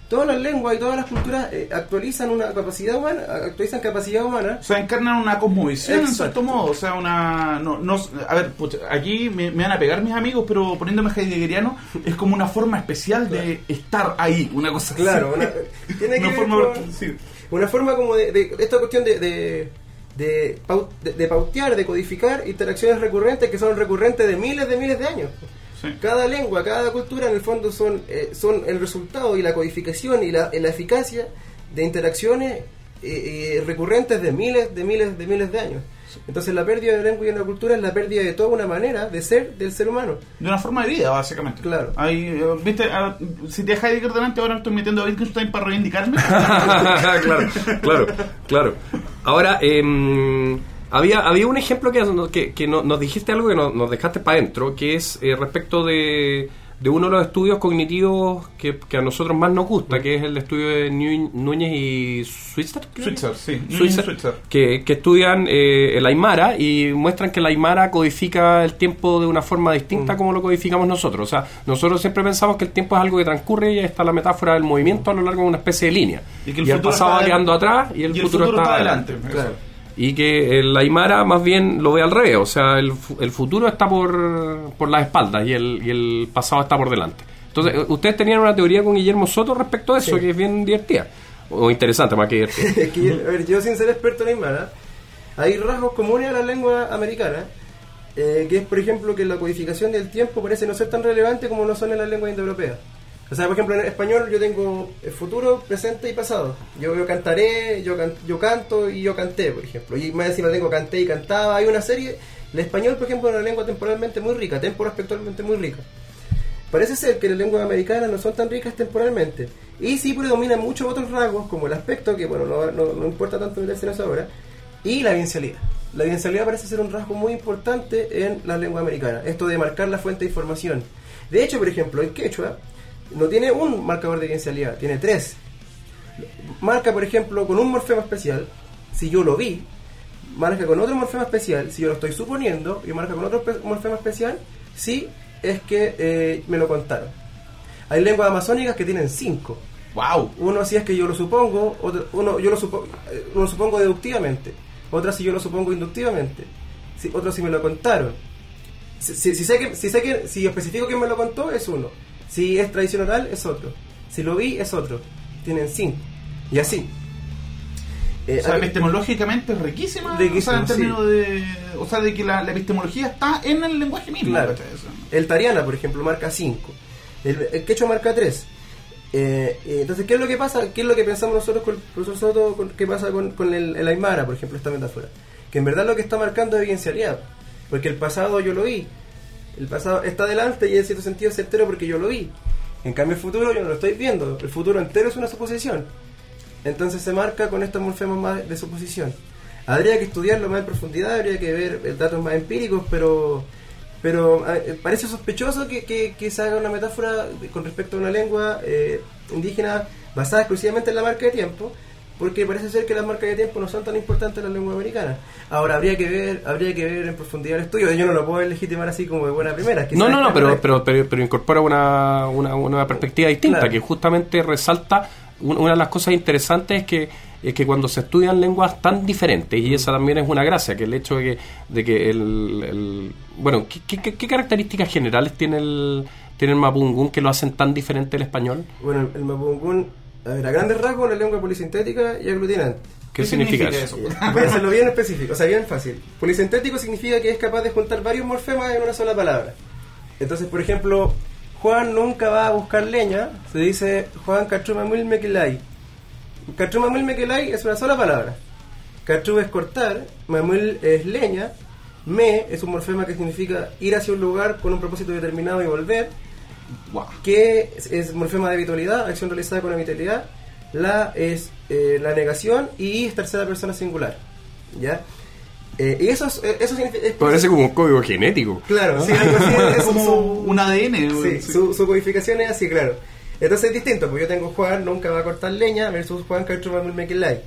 todas las lenguas y todas las culturas eh, actualizan una capacidad humana, actualizan capacidad humana. O sea, encarnan una cosmovisión. Exacto. En cierto modo. O sea, una... No, no, a ver, pucha, aquí me, me van a pegar mis amigos, pero poniéndome heideggeriano, es como una forma especial de claro. estar ahí, una cosa claro, así. Una, tiene que una, ver forma, con, sí. una forma como de, de esta cuestión de... de De, paut, de, de pautear, de codificar interacciones recurrentes que son recurrentes de miles de miles de años. Sí. Cada lengua, cada cultura en el fondo son eh, son el resultado y la codificación y la, y la eficacia de interacciones eh, eh, recurrentes de miles de miles de miles de años. Entonces la pérdida de la lengua y de una cultura es la pérdida de toda una manera de ser del ser humano. De una forma de vida, básicamente. Claro. Ahí, viste, a, si te dejas Heidegger delante, ahora estoy metiendo a Wittgenstein para reivindicarme. claro, claro, claro. Ahora, eh, había había un ejemplo que, que, que no, nos dijiste algo que no, nos dejaste para adentro, que es eh, respecto de... de uno de los estudios cognitivos que, que a nosotros más nos gusta, que es el estudio de Nú- Núñez y Switzer, Switzer, sí, Switzer, Switzer. Que, que estudian eh, el Aymara y muestran que el Aymara codifica el tiempo de una forma distinta mm. como lo codificamos nosotros. O sea, nosotros siempre pensamos que el tiempo es algo que transcurre y ahí está la metáfora del movimiento a lo largo de una especie de línea. Y, que el, y el pasado va quedando atrás y el, y futuro, el futuro está, está adelante. Claro. Y que el Aymara más bien lo ve al revés, o sea, el, el futuro está por, por las espaldas y el, y el pasado está por delante. Entonces, ustedes tenían una teoría con Guillermo Soto respecto a eso, sí. que es bien divertida, o interesante más que divertida. Es que, a ver, yo sin ser experto en Aymara, hay rasgos comunes a la lengua americana, eh, que es, por ejemplo, que la codificación del tiempo parece no ser tan relevante como lo son en las lenguas indoeuropeas. O sea, por ejemplo, en español yo tengo futuro, presente y pasado. Yo, yo cantaré, yo, can, yo canto y yo canté, por ejemplo. Y más encima tengo canté y cantaba. Hay una serie... El español, por ejemplo, es una lengua temporalmente muy rica, temporoaspectualmente muy rica. Parece ser que las lenguas americanas no son tan ricas temporalmente. Y sí predominan muchos otros rasgos, como el aspecto, que bueno, no, no, no importa tanto meterse en eso ahora, y la evidencialidad. La evidencialidad parece ser un rasgo muy importante en las lenguas americanas. Esto de marcar la fuente de información. De hecho, por ejemplo, en quechua no tiene un marcador de evidencialidad, tiene tres. Marca, por ejemplo, con un morfema especial, si yo lo vi. Marca con otro morfema especial, si yo lo estoy suponiendo. Y marca con otro pe- morfema especial, si es que eh, me lo contaron. Hay lenguas amazónicas que tienen cinco. Wow. Uno si es que yo lo supongo, otro, uno yo lo, supo, eh, lo supongo deductivamente. Otra si yo lo supongo inductivamente. Si, otro si me lo contaron. Si, si, si sé que, si sé que, si especifico quién me lo contó, es uno. Si es tradición oral, es otro. Si lo vi, es otro. Tienen cinco. Y así. Eh, o sea, epistemológicamente es riquísima. riquísima. O sea, en términos sí. de... O sea, de que la, la epistemología está en el lenguaje mismo. Claro. El tariana, por ejemplo, marca cinco. El, el quechua marca tres. Eh, eh, entonces, ¿qué es lo que pasa? ¿Qué es lo que pensamos nosotros con el profesor Soto? Con, ¿Qué pasa con, con el, el Aymara, por ejemplo, esta metáfora? Que en verdad lo que está marcando es evidencialidad. Porque el pasado yo lo vi. El pasado está adelante y en cierto sentido es certero porque yo lo vi. En cambio el futuro yo no lo estoy viendo. El futuro entero es una suposición. Entonces se marca con estos morfemas más de suposición. Habría que estudiarlo más en profundidad, habría que ver datos más empíricos, pero pero eh, parece sospechoso que, que, que se haga una metáfora con respecto a una lengua eh, indígena basada exclusivamente en la marca de tiempo, porque parece ser que las marcas de tiempo no son tan importantes en la lengua americana. Ahora habría que ver, habría que ver en profundidad el estudio. Yo no lo puedo legitimar así como de buena primera. No, no, no, pero, pero, pero, pero incorpora una, una, una perspectiva distinta, claro, que justamente resalta una de las cosas interesantes es que es que cuando se estudian lenguas tan diferentes, y esa también es una gracia, que el hecho de que, de que el, el bueno, ¿qué, qué, qué características generales tiene el tiene el mapudungún que lo hacen tan diferente el español? Bueno, el mapudungún, a ver, a grandes rasgos, una lengua polisintética y aglutinante. ¿Qué, ¿Qué significa, significa eso? eso? Voy a hacerlo bien específico, o sea, bien fácil. Polisintético significa que es capaz de juntar varios morfemas en una sola palabra. Entonces, por ejemplo, Juan nunca va a buscar leña, se dice Juan Cachumamul Mequelay. Cachumamul Mequelay es una sola palabra. Cachu es cortar, mamul es leña, me es un morfema que significa ir hacia un lugar con un propósito determinado y volver. Wow. Que es, es morfema de habitualidad, acción realizada con habitualidad. La es eh, la negación y es tercera persona singular. ¿Ya? Eh, y eso, es, eso significa... Es, parece como un código genético. Claro, sí, algo así, es como su, un A D N. Sí, sí. Su, su codificación es así, claro. Entonces es distinto, porque yo tengo Juan nunca va a cortar leña versus Juan Cachumamul Mequelay.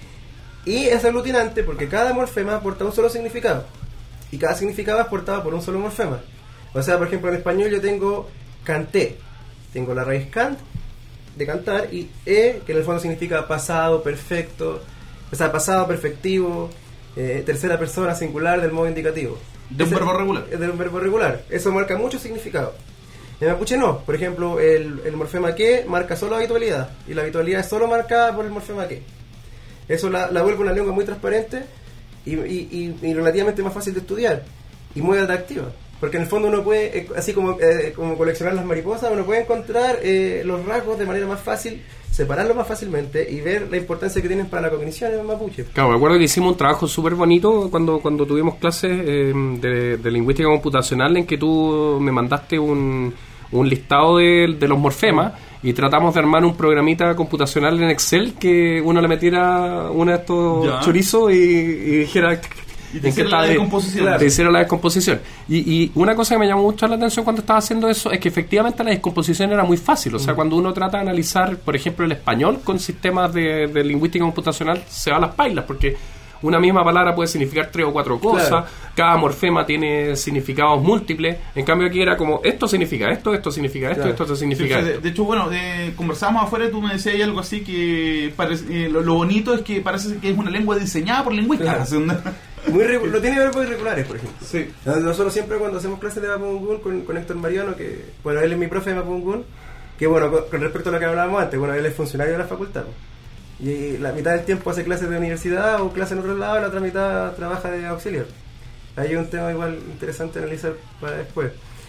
Y es aglutinante porque cada morfema aporta un solo significado. Y cada significado es aportado por un solo morfema. O sea, por ejemplo, en español yo tengo canté. Tengo la raíz cant de cantar, y E, que en el fondo significa pasado perfecto, o sea, pasado perfectivo, eh, tercera persona singular del modo indicativo. De un Ese, verbo regular. De un verbo regular. Eso marca mucho significado. En mapuche no. Por ejemplo, el, el morfema que marca solo habitualidad, y la habitualidad es solo marcada por el morfema que. Eso la, la vuelve una lengua muy transparente y, y, y, y relativamente más fácil de estudiar y muy atractiva. Porque en el fondo uno puede, eh, así como, eh, como coleccionar las mariposas, uno puede encontrar eh, los rasgos de manera más fácil, separarlos más fácilmente y ver la importancia que tienen para la cognición en el mapuche. Claro, me acuerdo que hicimos un trabajo súper bonito cuando, cuando tuvimos clases eh, de, de lingüística computacional, en que tú me mandaste un, un listado de, de los morfemas y tratamos de armar un programita computacional en Excel que uno le metiera uno de estos Ya. chorizos y, y dijera... Y te hiciera la descomposición. Claro. Te hiciera la descomposición. Y, y una cosa que me llamó mucho la atención cuando estaba haciendo eso es que efectivamente la descomposición era muy fácil. O sea, mm. cuando uno trata de analizar, por ejemplo, el español con sistemas de, de lingüística computacional, se va a las pailas, porque una misma palabra puede significar tres o cuatro cosas, claro. Cada morfema tiene significados múltiples. En cambio aquí era como, esto significa esto, esto significa esto, claro. esto significa sí, esto. De, de hecho, bueno, de, conversábamos afuera, tú me decías algo así que parece, eh, lo, lo bonito es que parece que es una lengua diseñada por lingüistas. Claro. Muy regu- lo tiene verbos irregulares, por ejemplo. Sí. Nosotros siempre cuando hacemos clases de Mapudungun con, con Héctor Mariano, que bueno, él es mi profe de Mapudungun, que bueno, con, con respecto a lo que hablábamos antes, bueno, él es funcionario de la facultad, ¿no? Y la mitad del tiempo hace clases de universidad o clases en otro lado, la otra mitad trabaja de auxiliar. Ahí hay un tema igual interesante a analizar para después.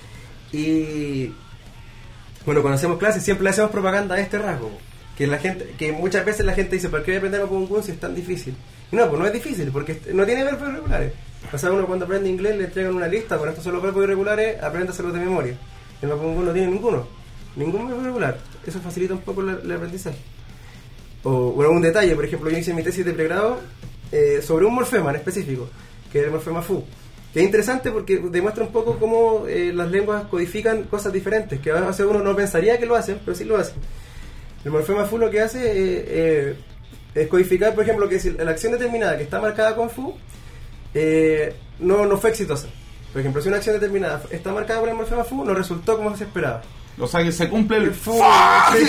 Y bueno, cuando hacemos clases siempre le hacemos propaganda a este rasgo, que la gente, que muchas veces la gente dice, ¿por qué voy a aprender Mapudungun si es tan difícil? Y no, pues no es difícil, porque no tiene verbos irregulares. O sea, uno cuando aprende inglés le entregan una lista, con estos son los verbos irregulares, apréndaselos de memoria. El Mapudungun no tiene ninguno, ningún verbo irregular. Eso facilita un poco el, el aprendizaje. O bueno, un detalle, por ejemplo, yo hice mi tesis de pregrado eh, sobre un morfema en específico, que es el morfema fu, que es interesante porque demuestra un poco cómo eh, las lenguas codifican cosas diferentes, que a veces uno no pensaría que lo hacen, pero sí lo hacen. El morfema fu lo que hace eh, eh, es codificar, por ejemplo, que si la acción determinada que está marcada con fu eh, no, no fue exitosa. Por ejemplo, si una acción determinada está marcada por el morfema fu, no resultó como se esperaba. O sea, que se cumple el fu. Sí.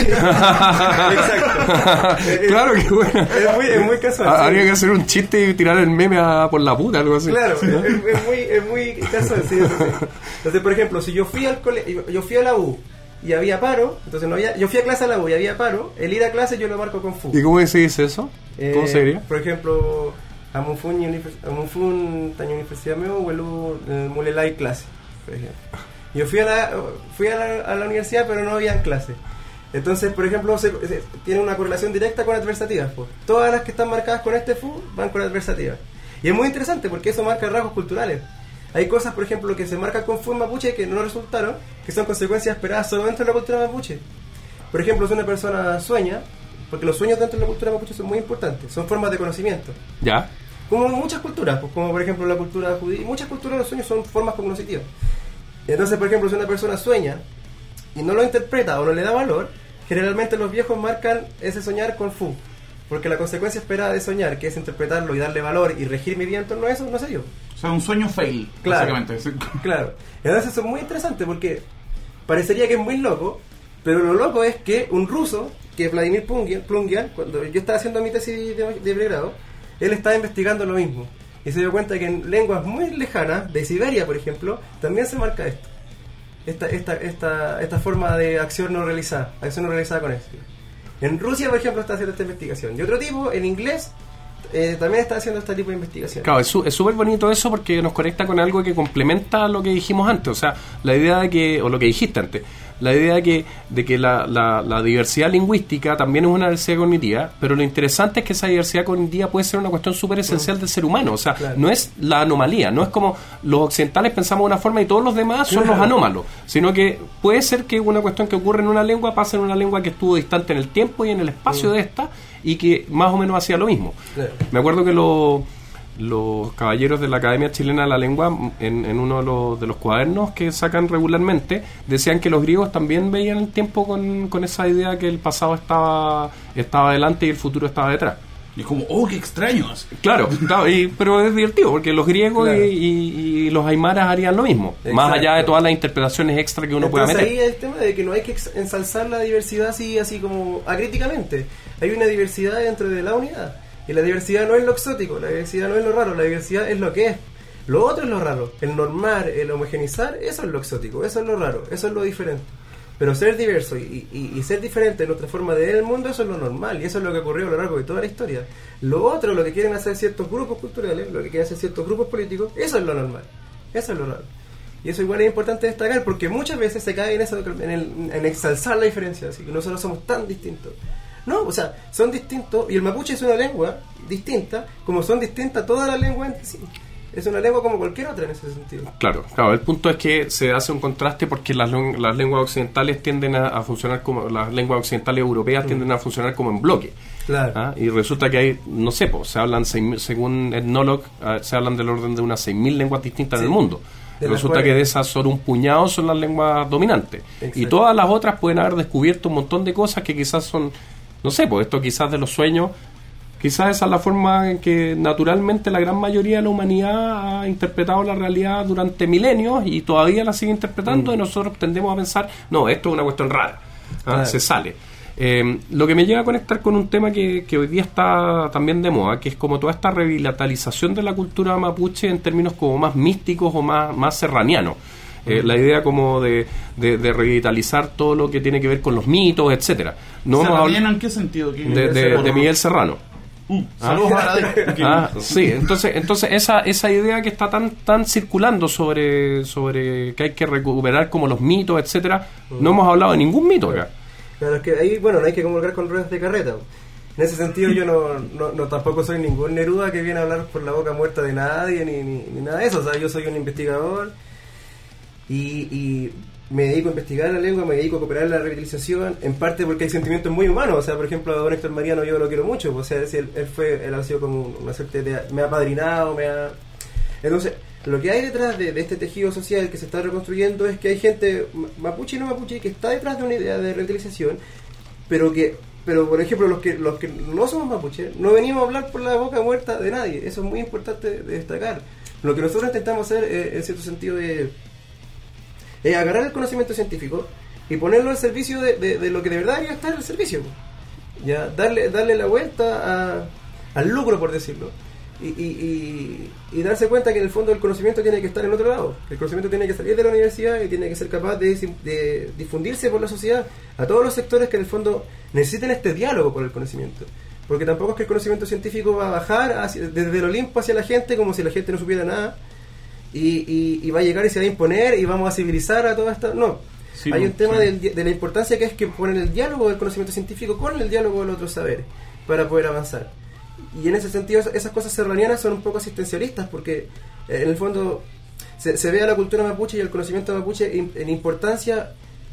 Exacto. Claro que bueno. Es muy, es muy casual. Habría sí. que hacer un chiste y tirar el meme a, por la puta, algo así. Claro, es, es muy, es muy casual. Sí, sí, sí. Entonces, por ejemplo, si yo fui al cole, yo fui a la U y había paro, entonces no había, yo fui a clase a la U y había paro, el ir a clase yo lo marco con fu. ¿Y cómo se dice eso? ¿Cómo Eh, se diría? Por ejemplo, Amunfun Amunfun Taño Universidad Meu, Huelu Mulelay clase, por ejemplo. Yo fui a la fui a la, a la universidad, pero no había clase. Entonces, por ejemplo, se, se, tiene una correlación directa con adversativas. Pues. Todas las que están marcadas con este fu van con adversativas. Y es muy interesante porque eso marca rasgos culturales. Hay cosas, por ejemplo, que se marcan con fu en mapuche que no resultaron, que son consecuencias esperadas solo dentro de la cultura mapuche. Por ejemplo, si una persona sueña, porque los sueños dentro de la cultura mapuche son muy importantes, son formas de conocimiento. Ya. Como en muchas culturas, pues, como por ejemplo la cultura judía, muchas culturas los sueños son formas cognitivas. Entonces, por ejemplo, si una persona sueña y no lo interpreta o no le da valor, generalmente los viejos marcan ese soñar con fu, porque la consecuencia esperada de soñar, que es interpretarlo y darle valor y regir mi vida en torno a eso, no se dio. O sea, un sueño fail, Claro, básicamente. claro. Entonces eso es muy interesante porque parecería que es muy loco, pero lo loco es que un ruso, que es Vladimir Plungian, cuando yo estaba haciendo mi tesis de, de pregrado, él estaba investigando lo mismo. Y se dio cuenta que en lenguas muy lejanas, de Siberia por ejemplo, también se marca esto. Esta, esta, esta, esta forma de acción no realizada, acción no realizada con esto. En Rusia, por ejemplo, está haciendo esta investigación. Y otro tipo, en inglés, eh, también está haciendo este tipo de investigación. Claro, es súper bonito eso porque nos conecta con algo que complementa lo que dijimos antes. O sea, la idea de que, o lo que dijiste antes, la idea de que, de que la, la, la diversidad lingüística también es una diversidad cognitiva, pero lo interesante es que esa diversidad cognitiva puede ser una cuestión súper esencial del ser humano. O sea, Claro. no es la anomalía, no es como los occidentales pensamos de una forma y todos los demás son Claro. los anómalos, sino que puede ser que una cuestión que ocurre en una lengua pase en una lengua que estuvo distante en el tiempo y en el espacio de esta y que más o menos hacía lo mismo. Claro. Me acuerdo que lo... los caballeros de la Academia Chilena de la Lengua, en, en uno de los, de los cuadernos que sacan regularmente, decían que los griegos también veían el tiempo con, con esa idea que el pasado estaba, estaba adelante y el futuro estaba detrás. Y es como, oh, qué extraños. Claro, claro y, pero es divertido porque los griegos claro. y, y, y los aymaras harían lo mismo. Exacto. Más allá de todas las interpretaciones extra que uno Entonces, pueda meter. Ahí el tema de que no hay que ensalzar la diversidad así, así como acríticamente. Hay una diversidad dentro de la unidad. Y la diversidad no es lo exótico, la diversidad no es lo raro, la diversidad es lo que es. Lo otro es lo raro. El normar, el homogenizar, eso es lo exótico, eso es lo raro, eso es lo diferente. Pero ser diverso y, y, y ser diferente en nuestra forma de ver el mundo, eso es lo normal y eso es lo que ocurrió a lo largo de toda la historia. Lo otro, lo que quieren hacer ciertos grupos culturales, lo que quieren hacer ciertos grupos políticos, eso es lo normal, eso es lo raro. Y eso igual es importante destacar porque muchas veces se cae en eso, en, el, en exalzar la diferencia, así que nosotros somos tan distintos. No, o sea, son distintos y el mapuche es una lengua distinta como son distintas todas las lenguas entre sí. Es una lengua como cualquier otra en ese sentido. Claro, claro. El punto es que se hace un contraste porque las, las lenguas occidentales tienden a, a funcionar como... Las lenguas occidentales europeas mm. tienden a funcionar como en bloque. Claro. ¿Ah? Y resulta que hay, no sé, pues, se hablan, seis, según Ethnologue, se hablan del orden de unas seis mil lenguas distintas sí. en el mundo. De resulta que de esas solo un puñado son las lenguas dominantes. Exacto. Y todas las otras pueden haber descubierto un montón de cosas que quizás son... No sé, pues esto quizás de los sueños... Quizás esa es la forma en que naturalmente la gran mayoría de la humanidad ha interpretado la realidad durante milenios y todavía la sigue interpretando mm. y nosotros tendemos a pensar, no, esto es una cuestión rara, ¿ah? Claro. Se sale. Eh, lo que me llega a conectar con un tema que, que hoy día está también de moda, que es como toda esta revitalización de la cultura mapuche en términos como más místicos o más, más serranianos. Eh, la idea como de, de, de revitalizar todo lo que tiene que ver con los mitos, etcétera. No ¿Serraniano en qué sentido? De, de, de Miguel Serrano. Uh, saludos ah, ah, sí, entonces, entonces esa, esa idea que está tan, tan circulando sobre, sobre que hay que recuperar como los mitos, etcétera, uh, no hemos hablado de ningún mito acá. Claro, es que ahí, bueno, no hay que comulgar con ruedas de carreta. En ese sentido yo no, no, no tampoco soy ningún Neruda que viene a hablar por la boca muerta de nadie, ni, ni, ni nada de eso. O sea, yo soy un investigador y, y me dedico a investigar la lengua, me dedico a cooperar en la revitalización, en parte porque hay sentimientos muy humanos. O sea, por ejemplo, a don Héctor Mariano yo lo quiero mucho. O sea, él, él fue, él ha sido como una suerte de... me ha apadrinado, me ha... Entonces, lo que hay detrás de, de este tejido social que se está reconstruyendo es que hay gente mapuche y no mapuche que está detrás de una idea de revitalización, pero que... Pero, por ejemplo, los que los que no somos mapuche, no venimos a hablar por la boca muerta de nadie. Eso es muy importante de destacar. Lo que nosotros intentamos hacer, eh, en cierto sentido, de... es agarrar el conocimiento científico y ponerlo al servicio de, de, de lo que de verdad debería estar al servicio, ya darle darle la vuelta a, al lucro, por decirlo, y, y, y, y darse cuenta que en el fondo el conocimiento tiene que estar en otro lado, el conocimiento tiene que salir de la universidad y tiene que ser capaz de, de difundirse por la sociedad a todos los sectores que en el fondo necesiten este diálogo con el conocimiento, porque tampoco es que el conocimiento científico va a bajar hacia, desde el Olimpo hacia la gente como si la gente no supiera nada. Y, y, y va a llegar y se va a imponer y vamos a civilizar a toda esta... No, sí, hay un sí. tema de, de la importancia que es que poner el diálogo del conocimiento científico con el diálogo del otro saber para poder avanzar. Y en ese sentido esas cosas serranianas son un poco asistencialistas porque eh, en el fondo se, se ve a la cultura mapuche y el conocimiento mapuche en, en importancia...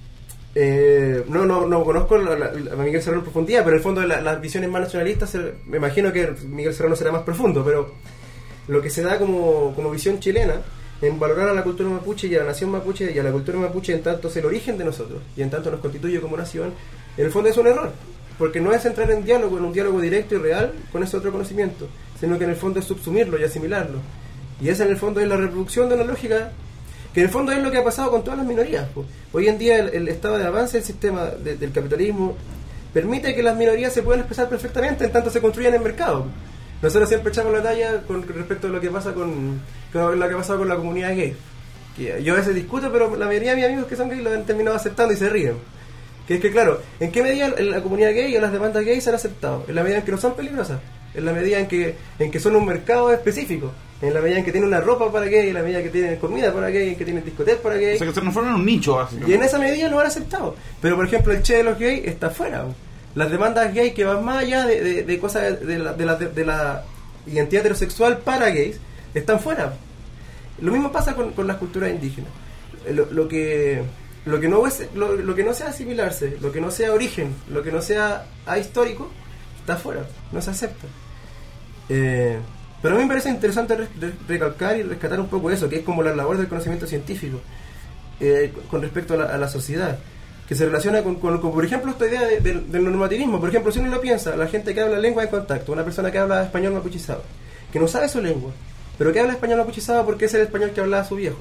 Eh, no, no, no conozco la, la, a Miguel Serrano en profundidad, pero en el fondo la, las visiones más nacionalistas, me imagino que Miguel Serrano será más profundo, pero... lo que se da como, como visión chilena en valorar a la cultura mapuche y a la nación mapuche y a la cultura mapuche en tanto es el origen de nosotros y en tanto nos constituye como nación, en el fondo es un error, porque no es entrar en diálogo, en un diálogo directo y real con ese otro conocimiento, sino que en el fondo es subsumirlo y asimilarlo, y esa en el fondo es la reproducción de una lógica que en el fondo es lo que ha pasado con todas las minorías. Hoy en día el, el estado de avance del sistema de, del capitalismo permite que las minorías se puedan expresar perfectamente en tanto se construyan en el mercado. Nosotros siempre echamos la talla con respecto a lo que pasa con, con lo que ha pasado con la comunidad gay. Que yo a veces discuto, pero la mayoría de mis amigos que son gays lo han terminado aceptando y se ríen. Que es que, claro, ¿en qué medida la comunidad gay o las demandas gays se han aceptado? En la medida en que no son peligrosas, en la medida en que en que son un mercado específico, en la medida en que tienen una ropa para gay, en la medida en que tienen comida para gay, en que tienen discotecas para gay. O sea, que se transforman en un nicho, básicamente. Y en esa medida lo han aceptado. Pero, por ejemplo, el Che de los gays está fuera. Las demandas gay que van más allá de, de, de cosas de la, de, la, de, de la identidad heterosexual para gays están fuera. Lo mismo pasa con, con las culturas indígenas. Lo, lo que lo que no es, lo, lo que no sea asimilarse, lo que no sea origen, lo que no sea ahistórico está fuera, no se acepta. Eh, pero a mí me parece interesante re, re, recalcar y rescatar un poco eso, que es como la labor del conocimiento científico eh, con respecto a la, a la sociedad. que se relaciona con, con, con por ejemplo, esta idea de, de, del normativismo. Por ejemplo, si uno lo piensa, la gente que habla lengua de contacto, una persona que habla español mapuchizado, que no sabe su lengua, pero que habla español mapuchizado porque es el español que hablaba su viejo.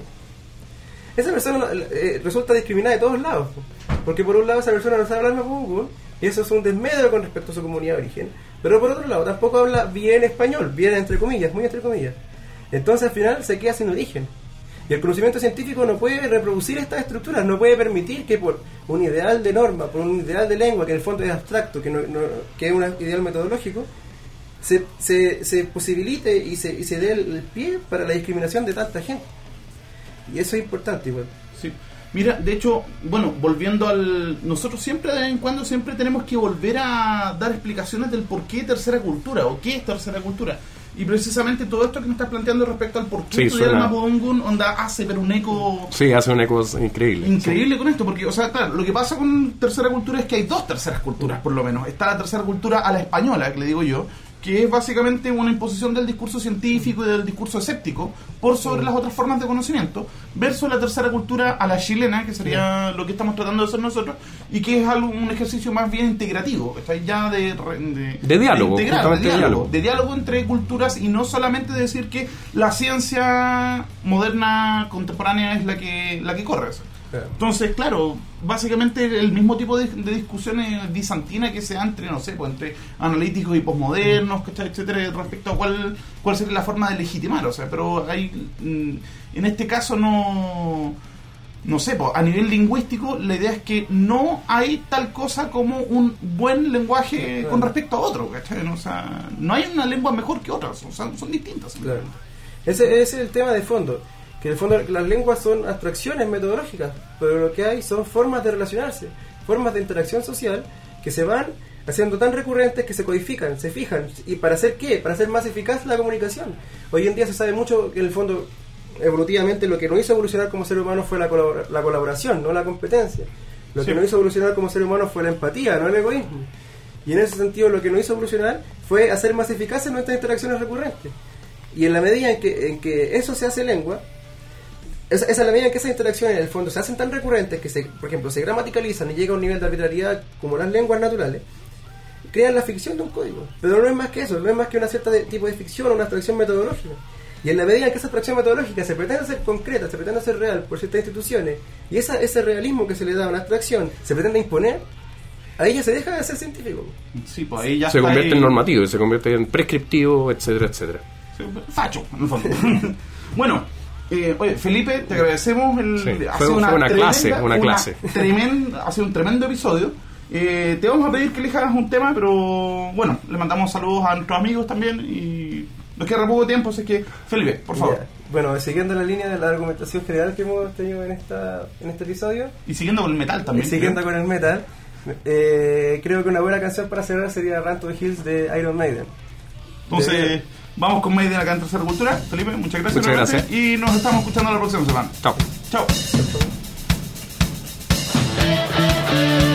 Esa persona eh, resulta discriminada de todos lados, porque por un lado esa persona no sabe hablar mapuche, y eso es un desmedro con respecto a su comunidad de origen, pero por otro lado tampoco habla bien español, bien entre comillas, muy entre comillas. Entonces al final se queda sin origen. Y el conocimiento científico no puede reproducir estas estructuras, no puede permitir que por un ideal de norma, por un ideal de lengua, que en el fondo es abstracto, que, no, no, que es un ideal metodológico, se, se, se posibilite y se, y se dé el pie para la discriminación de tanta gente. Y eso es importante igual. Sí. Mira, de hecho, bueno, volviendo al... Nosotros siempre, de vez en cuando, siempre tenemos que volver a dar explicaciones del por qué tercera cultura, o qué es tercera cultura. Y precisamente todo esto que me estás planteando respecto al por qué sí, estudiar el suena... Mapudungun, onda hace, pero un eco... Sí, hace un eco increíble. Increíble sí. con esto, porque, o sea, claro, lo que pasa con tercera cultura es que hay dos terceras culturas, por lo menos. Está la tercera cultura a la española, que le digo yo, que es básicamente una imposición del discurso científico y del discurso escéptico por sobre las otras formas de conocimiento, versus la tercera cultura a la chilena, que sería lo que estamos tratando de hacer nosotros, y que es algo, un ejercicio más bien integrativo, está ya de, de, de diálogo, de, integrar, de, diálogo diálogo, de diálogo entre culturas, y no solamente decir que la ciencia moderna contemporánea es la que la que corre. Entonces, claro, básicamente el mismo tipo de, de discusiones bizantinas que se da entre, no sé, pues entre analíticos y posmodernos, etcétera, respecto a cuál cuál sería la forma de legitimar, o sea, pero hay, en este caso no, no sé, pues a nivel lingüístico la idea es que no hay tal cosa como un buen lenguaje claro. con respecto a otro, ¿cachai? O sea, no hay una lengua mejor que otra, o sea, son distintas. Claro. Ese, ese es el tema de fondo. Que en el fondo las lenguas son abstracciones metodológicas, pero lo que hay son formas de relacionarse, formas de interacción social que se van haciendo tan recurrentes que se codifican, se fijan. ¿Y para hacer qué? Para hacer más eficaz la comunicación. Hoy en día se sabe mucho que en el fondo, evolutivamente, lo que nos hizo evolucionar como ser humano fue la, colabora- la colaboración, no la competencia. Lo sí. que nos hizo evolucionar como ser humano fue la empatía, no el egoísmo. Y en ese sentido lo que nos hizo evolucionar fue hacer más eficaces nuestras interacciones recurrentes. Y en la medida en que, en que eso se hace lengua, Esa, esa es la medida en que esas interacciones en el fondo se hacen tan recurrentes que, se, por ejemplo, se gramaticalizan y llega a un nivel de arbitrariedad como las lenguas naturales, crean la ficción de un código. Pero no es más que eso, no es más que una cierta de, tipo de ficción o una abstracción metodológica. Y en la medida en que esa abstracción metodológica se pretende hacer concreta, se pretende hacer real por ciertas instituciones, y esa, ese realismo que se le da a una abstracción se pretende imponer, ahí ya se deja de ser científico. Sí, pues ahí ya se convierte ahí... en normativo, se convierte en prescriptivo, etcétera, etcétera. Facho, en el fondo. Bueno, Eh, oye, Felipe, te agradecemos. El, sí, ha fue, sido una, fue una tremenda, clase, una, una clase. Tremenda, ha sido un tremendo episodio. Eh, te vamos a pedir que elijas un tema, pero bueno, le mandamos saludos a nuestros amigos también y nos queda poco tiempo, así que Felipe, por favor. Yeah. Bueno, siguiendo la línea de la argumentación general que hemos tenido en esta en este episodio. Y siguiendo con el metal también. Y siguiendo creo. con el metal, eh, creo que una buena canción para cerrar sería Run to the Hills de Iron Maiden. Entonces... De... Vamos con Maiden acá en Tercera Cultura. Felipe, muchas gracias. Muchas gracias. Y nos estamos escuchando la próxima semana. Chao. Chao.